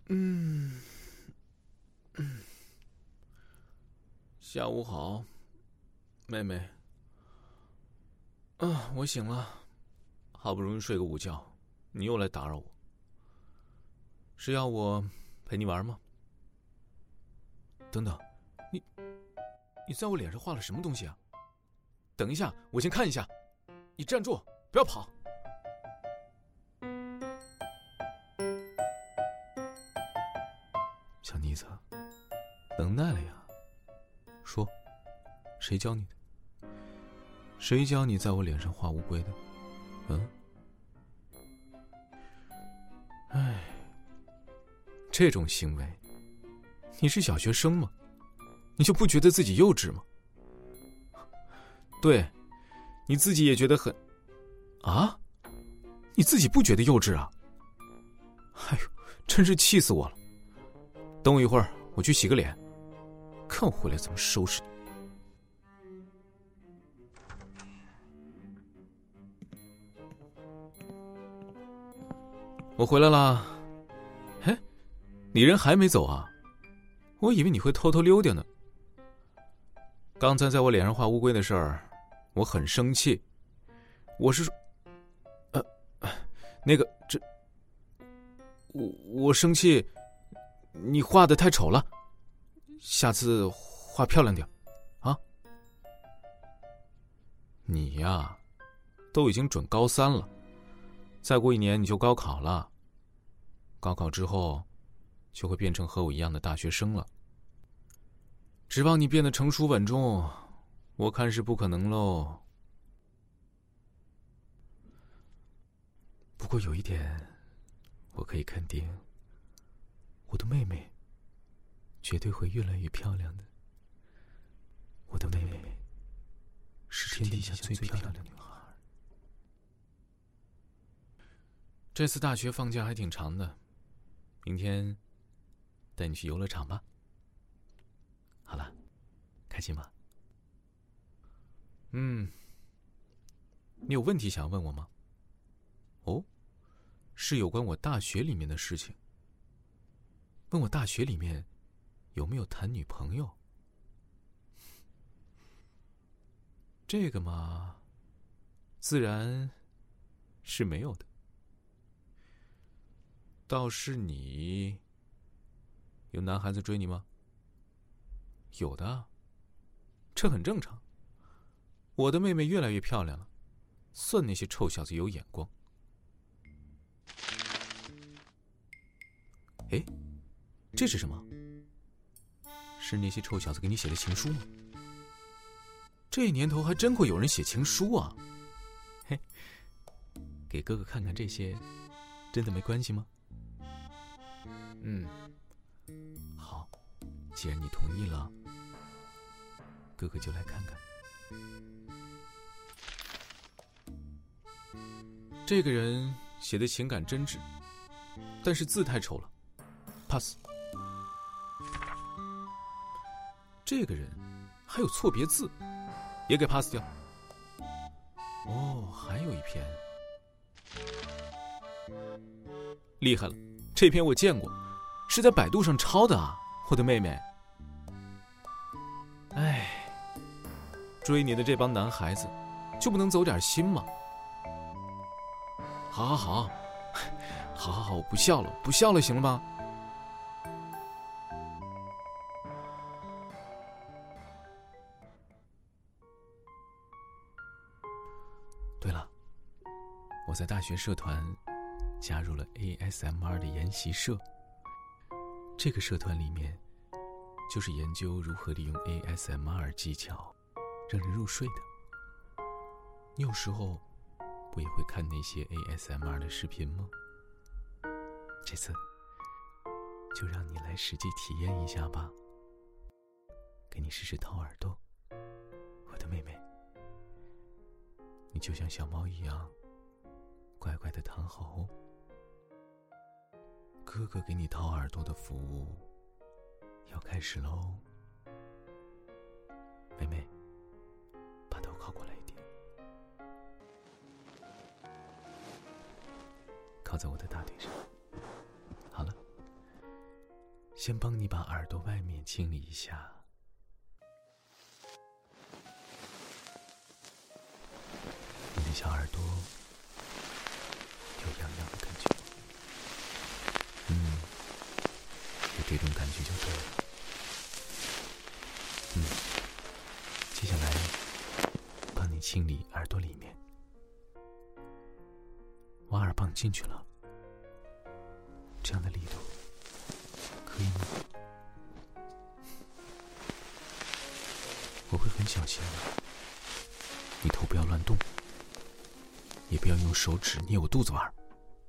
嗯，下午好，妹妹。我醒了，好不容易睡个午觉，你又来打扰我，是要我陪你玩吗？等等，你在我脸上画了什么东西啊？等一下，我先看一下。你站住，不要跑。小妮子，能耐了呀。说，谁教你的？谁教你在我脸上画乌龟的？这种行为，你是小学生吗？你就不觉得自己幼稚吗？对，你自己也觉得很……啊？你自己不觉得幼稚啊？哎呦，真是气死我了！等我一会儿，我去洗个脸，看我回来怎么收拾你。我回来啦。嘿，你人还没走啊？我以为你会偷偷溜掉呢。刚才在我脸上画乌龟的事儿，我很生气。我是说，我生气，你画得太丑了，下次画漂亮点啊。你呀，都已经准高3了，再过1年你就高考了。高考之后，就会变成和我一样的大学生了。指望你变得成熟稳重，我看是不可能喽。不过有一点，我可以肯定，我的妹妹绝对会越来越漂亮的。我的妹妹是天底下最漂亮的女孩。这次大学放假还挺长的，明天带你去游乐场吧。好了，开心吗？你有问题想要问我吗？哦，是有关我大学里面的事情。问我大学里面有没有谈女朋友？这个嘛，自然是没有的。倒是你，有男孩子追你吗？有的，这很正常。我的妹妹越来越漂亮了，算那些臭小子有眼光。哎，这是什么？是那些臭小子给你写的情书吗？这年头还真会有人写情书啊！嘿，给哥哥看看这些，真的没关系吗？好，既然你同意了，哥哥就来看看。这个人写的情感真挚，但是字太丑了 ，pass。这个人还有错别字，也给 pass 掉。哦，还有一篇，厉害了，这篇我见过，是在百度上抄的啊，我的妹妹。哎，追你的这帮男孩子，就不能走点心吗？好，我不笑了，行了吗？对了，我在大学社团加入了 ASMR 的研习社。这个社团里面，就是研究如何利用 ASMR 技巧让人入睡的。你有时候不也会看那些 ASMR 的视频吗？这次就让你来实际体验一下吧，给你试试掏耳朵，我的妹妹。你就像小猫一样，乖乖地躺好哦。哥哥给你掏耳朵的服务要开始喽，妹妹，把头靠过来一点，靠在我的大腿上。好了， 先帮你把耳朵外面清理一下。你的小耳朵有痒痒的感觉，有这种感觉就对了。接下来帮你清理耳朵里面，挖耳棒进去了，这样的力度可以吗？我会很小心的，你头不要乱动，也不要用手指捏我肚子玩。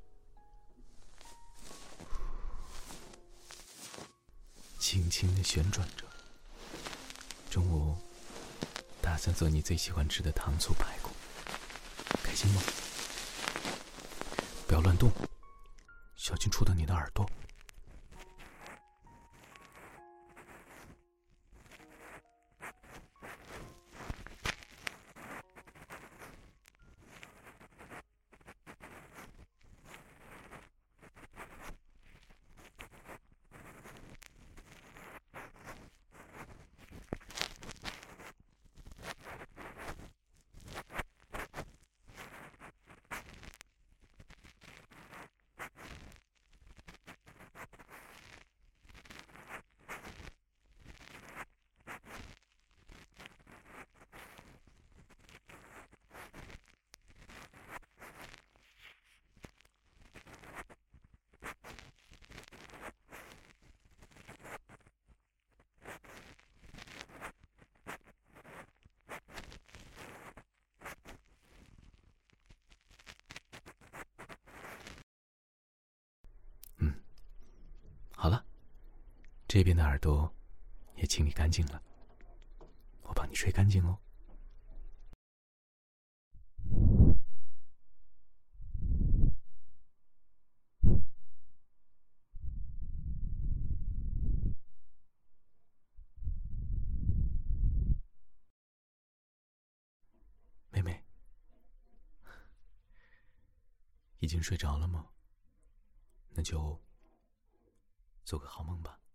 轻轻地旋转着。中午打算做你最喜欢吃的糖醋排骨，开心吗？不要乱动，小心触到你的耳朵。好了，这边的耳朵也清理干净了，我帮你吹干净哦。妹妹，已经睡着了吗？那就做个好梦吧。